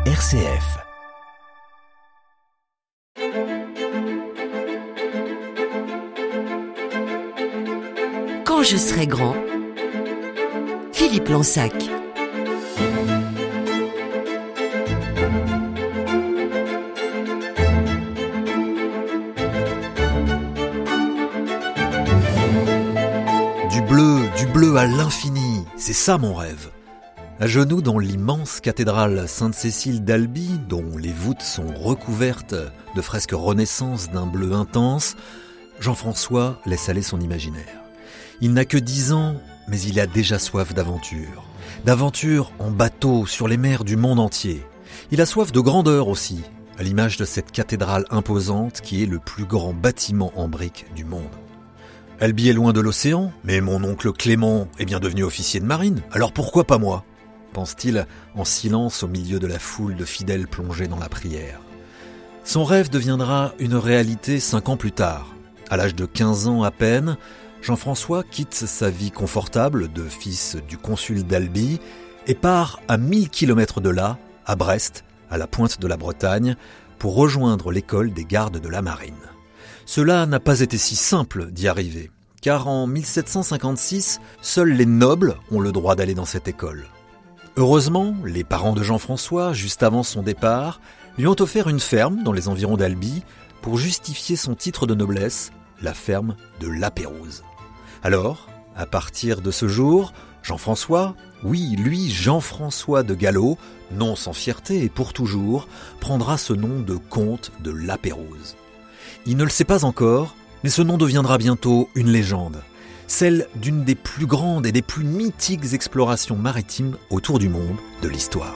RCF. Quand je serai grand, Philippe Lansac. Du bleu à l'infini, c'est ça mon rêve. À genoux dans l'immense cathédrale Sainte-Cécile d'Albi, dont les voûtes sont recouvertes de fresques Renaissance d'un bleu intense, Jean-François laisse aller son imaginaire. Il n'a que 10 ans, mais il a déjà soif d'aventure. D'aventure en bateau sur les mers du monde entier. Il a soif de grandeur aussi, à l'image de cette cathédrale imposante qui est le plus grand bâtiment en briques du monde. Albi est loin de l'océan, mais mon oncle Clément est bien devenu officier de marine, alors pourquoi pas moi ? Pense-t-il en silence au milieu de la foule de fidèles plongés dans la prière. Son rêve deviendra une réalité 5 ans plus tard. À l'âge de 15 ans à peine, Jean-François quitte sa vie confortable de fils du consul d'Albi et part à 1000 km de là, à Brest, à la pointe de la Bretagne, pour rejoindre l'école des gardes de la marine. Cela n'a pas été si simple d'y arriver, car en 1756, seuls les nobles ont le droit d'aller dans cette école. Heureusement, les parents de Jean-François, juste avant son départ, lui ont offert une ferme dans les environs d'Albi pour justifier son titre de noblesse, la ferme de La Pérouse. Alors, à partir de ce jour, Jean-François, oui, lui, Jean-François de Gallo, non sans fierté et pour toujours, prendra ce nom de comte de La Pérouse. Il ne le sait pas encore, mais ce nom deviendra bientôt une légende. Celle d'une des plus grandes et des plus mythiques explorations maritimes autour du monde de l'histoire.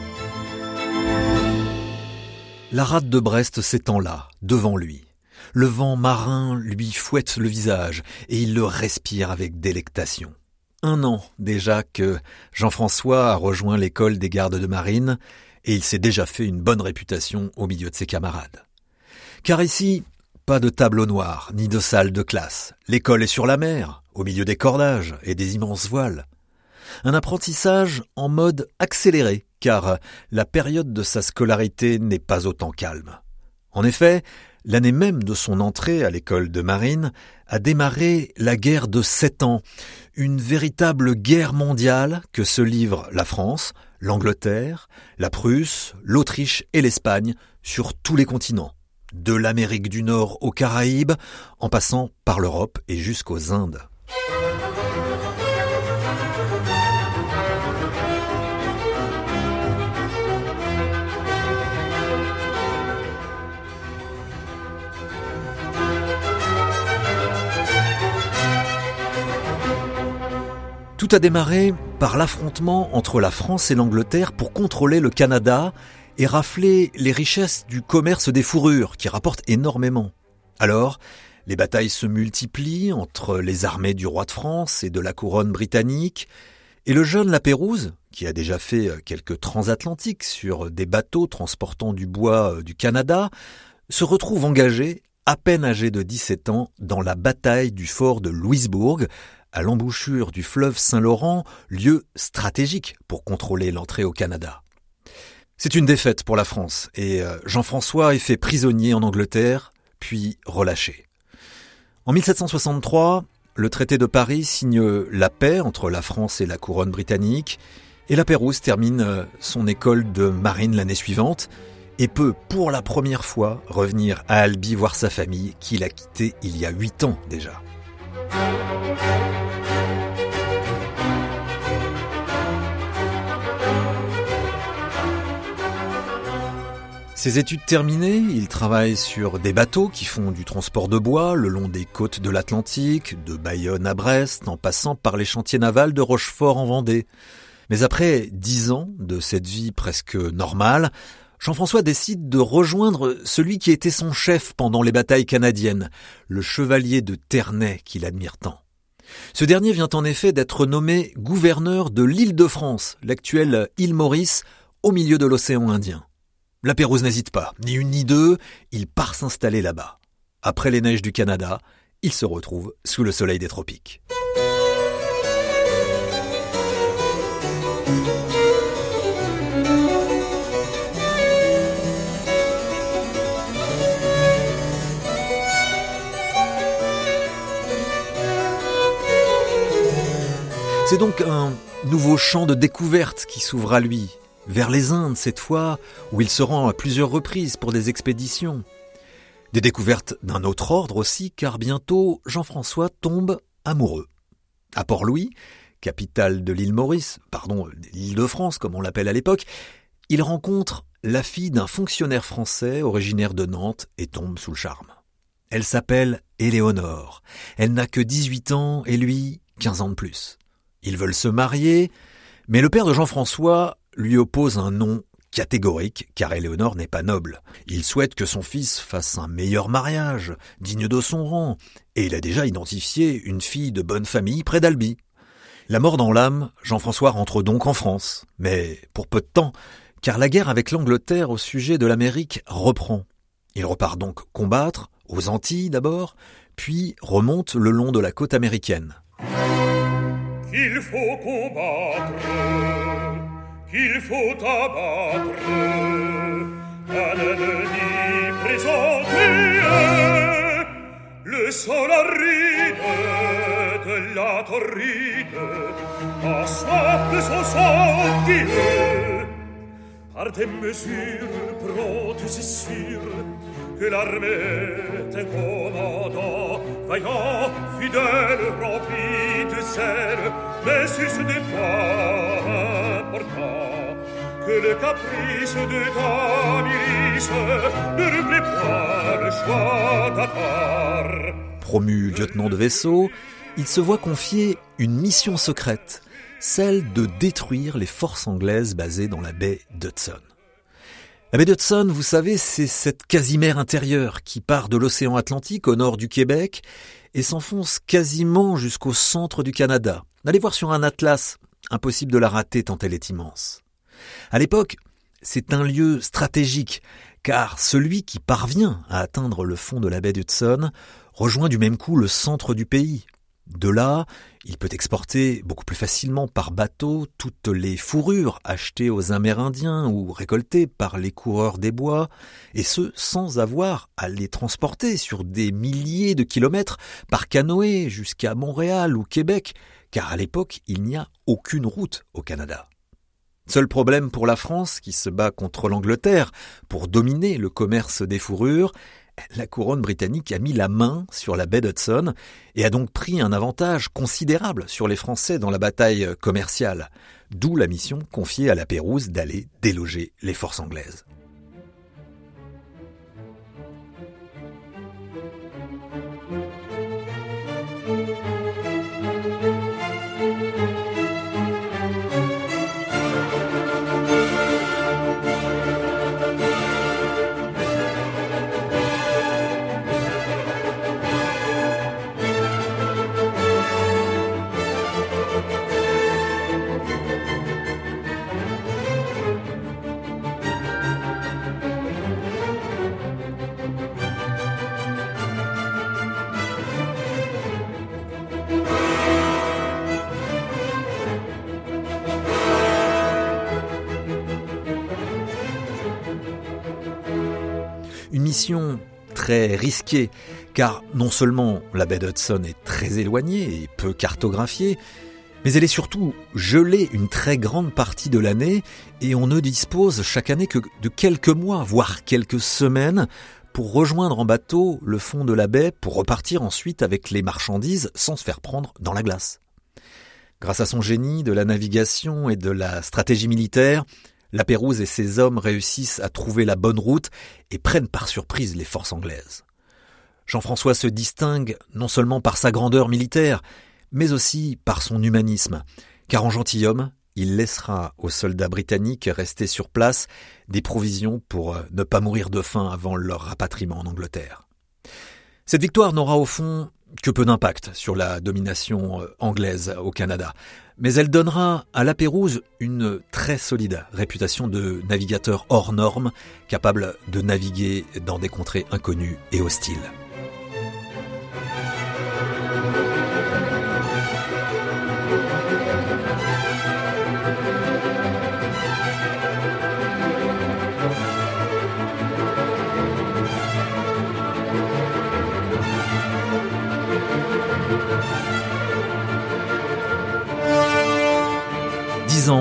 La rade de Brest s'étend là, devant lui. Le vent marin lui fouette le visage et il le respire avec délectation. 1 an déjà que Jean-François a rejoint l'école des gardes de marine et il s'est déjà fait une bonne réputation au milieu de ses camarades. Car ici, pas de tableau noir, ni de salle de classe. L'école est sur la mer, au milieu des cordages et des immenses voiles. Un apprentissage en mode accéléré, car la période de sa scolarité n'est pas autant calme. En effet, l'année même de son entrée à l'école de marine a démarré la guerre de 7 ans, une véritable guerre mondiale que se livrent la France, l'Angleterre, la Prusse, l'Autriche et l'Espagne sur tous les continents. De l'Amérique du Nord aux Caraïbes, en passant par l'Europe et jusqu'aux Indes. Tout a démarré par l'affrontement entre la France et l'Angleterre pour contrôler le Canada et rafler les richesses du commerce des fourrures, qui rapportent énormément. Alors, les batailles se multiplient entre les armées du roi de France et de la couronne britannique, et le jeune La Pérouse, qui a déjà fait quelques transatlantiques sur des bateaux transportant du bois du Canada, se retrouve engagé, à peine âgé de 17 ans, dans la bataille du fort de Louisbourg, à l'embouchure du fleuve Saint-Laurent, lieu stratégique pour contrôler l'entrée au Canada. C'est une défaite pour la France et Jean-François est fait prisonnier en Angleterre, puis relâché. En 1763, le traité de Paris signe la paix entre la France et la couronne britannique et La Pérouse termine son école de marine l'année suivante et peut pour la première fois revenir à Albi voir sa famille qu'il a quittée il y a 8 ans déjà. Ses études terminées, il travaille sur des bateaux qui font du transport de bois le long des côtes de l'Atlantique, de Bayonne à Brest, en passant par les chantiers navals de Rochefort en Vendée. Mais après 10 ans de cette vie presque normale, Jean-François décide de rejoindre celui qui était son chef pendant les batailles canadiennes, le chevalier de Ternay qu'il admire tant. Ce dernier vient en effet d'être nommé gouverneur de l'île de France, l'actuelle île Maurice, au milieu de l'océan Indien. La Pérouse n'hésite pas, ni une ni deux, il part s'installer là-bas. Après les neiges du Canada, il se retrouve sous le soleil des tropiques. C'est donc un nouveau champ de découverte qui s'ouvre à lui, vers les Indes cette fois, où il se rend à plusieurs reprises pour des expéditions. Des découvertes d'un autre ordre aussi, car bientôt Jean-François tombe amoureux. À Port-Louis, capitale de l'île Maurice, l'île de France comme on l'appelle à l'époque, il rencontre la fille d'un fonctionnaire français originaire de Nantes et tombe sous le charme. Elle s'appelle Éléonore. Elle n'a que 18 ans et lui, 15 ans de plus. Ils veulent se marier, mais le père de Jean-François lui oppose un non catégorique, car Éléonore n'est pas noble. Il souhaite que son fils fasse un meilleur mariage, digne de son rang, et il a déjà identifié une fille de bonne famille près d'Albi. La mort dans l'âme, Jean-François rentre donc en France, mais pour peu de temps, car la guerre avec l'Angleterre au sujet de l'Amérique reprend. Il repart donc combattre, aux Antilles d'abord, puis remonte le long de la côte américaine. Qu'il faut combattre, qu'il faut abattre, à l'ennemi présenté, le sol aride de la torride, a soif de son sang dieu, par des mesures promptes et sûres, que l'armée d'un commandant, vaillant, fidèle, rempli de zèle, mais sur ce départ important, que le caprice de ta milice ne replaît pas le choix d'attard. Promu lieutenant de vaisseau, il se voit confier une mission secrète, celle de détruire les forces anglaises basées dans la baie d'Hudson. La baie d'Hudson, vous savez, c'est cette quasi-mer intérieure qui part de l'océan Atlantique au nord du Québec et s'enfonce quasiment jusqu'au centre du Canada. Allez voir sur un atlas, impossible de la rater tant elle est immense. À l'époque, c'est un lieu stratégique, car celui qui parvient à atteindre le fond de la baie d'Hudson rejoint du même coup le centre du pays. De là, il peut exporter beaucoup plus facilement par bateau toutes les fourrures achetées aux Amérindiens ou récoltées par les coureurs des bois, et ce sans avoir à les transporter sur des milliers de kilomètres par canoë jusqu'à Montréal ou Québec, car à l'époque, il n'y a aucune route au Canada. Seul problème pour la France, qui se bat contre l'Angleterre pour dominer le commerce des fourrures, la couronne britannique a mis la main sur la baie d'Hudson et a donc pris un avantage considérable sur les Français dans la bataille commerciale, d'où la mission confiée à la Pérouse d'aller déloger les forces anglaises. Une mission très risquée, car non seulement la baie d'Hudson est très éloignée et peu cartographiée, mais elle est surtout gelée une très grande partie de l'année et on ne dispose chaque année que de quelques mois, voire quelques semaines, pour rejoindre en bateau le fond de la baie pour repartir ensuite avec les marchandises sans se faire prendre dans la glace. Grâce à son génie de la navigation et de la stratégie militaire, la Pérouse et ses hommes réussissent à trouver la bonne route et prennent par surprise les forces anglaises. Jean-François se distingue non seulement par sa grandeur militaire, mais aussi par son humanisme, car en gentilhomme, il laissera aux soldats britanniques restés sur place des provisions pour ne pas mourir de faim avant leur rapatriement en Angleterre. Cette victoire n'aura au fond que peu d'impact sur la domination anglaise au Canada, mais elle donnera à la Pérouse une très solide réputation de navigateur hors norme, capable de naviguer dans des contrées inconnues et hostiles.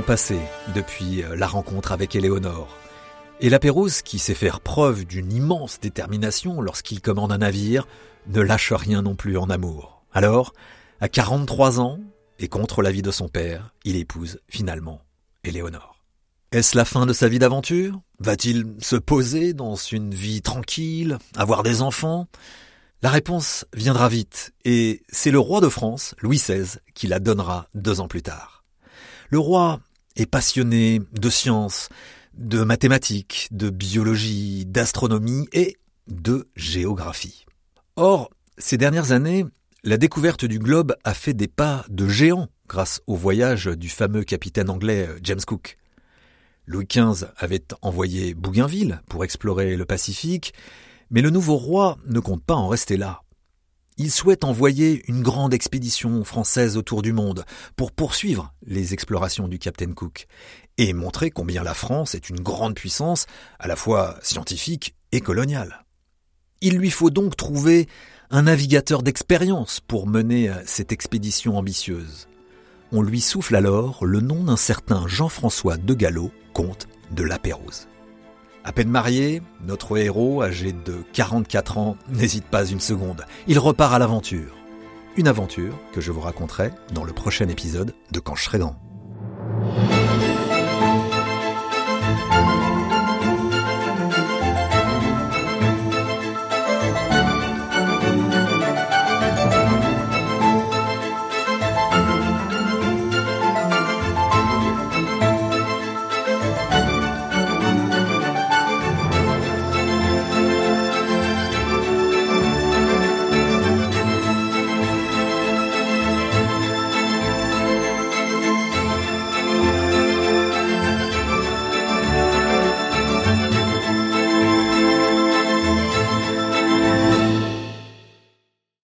passé depuis la rencontre avec Éléonore. Et la Pérouse, qui sait faire preuve d'une immense détermination lorsqu'il commande un navire, ne lâche rien non plus en amour. Alors, à 43 ans, et contre l'avis de son père, il épouse finalement Éléonore. Est-ce la fin de sa vie d'aventure ? Va-t-il se poser dans une vie tranquille, avoir des enfants ? La réponse viendra vite, et c'est le roi de France, Louis XVI, qui la donnera 2 ans plus tard. Le roi est passionné de sciences, de mathématiques, de biologie, d'astronomie et de géographie. Or, ces dernières années, la découverte du globe a fait des pas de géant grâce au voyage du fameux capitaine anglais James Cook. Louis XV avait envoyé Bougainville pour explorer le Pacifique, mais le nouveau roi ne compte pas en rester là. Il souhaite envoyer une grande expédition française autour du monde pour poursuivre les explorations du capitaine Cook et montrer combien la France est une grande puissance à la fois scientifique et coloniale. Il lui faut donc trouver un navigateur d'expérience pour mener cette expédition ambitieuse. On lui souffle alors le nom d'un certain Jean-François de Gallo, comte de La Pérouse. À peine marié, notre héros, âgé de 44 ans, n'hésite pas une seconde. Il repart à l'aventure. Une aventure que je vous raconterai dans le prochain épisode de Quand je serai grand.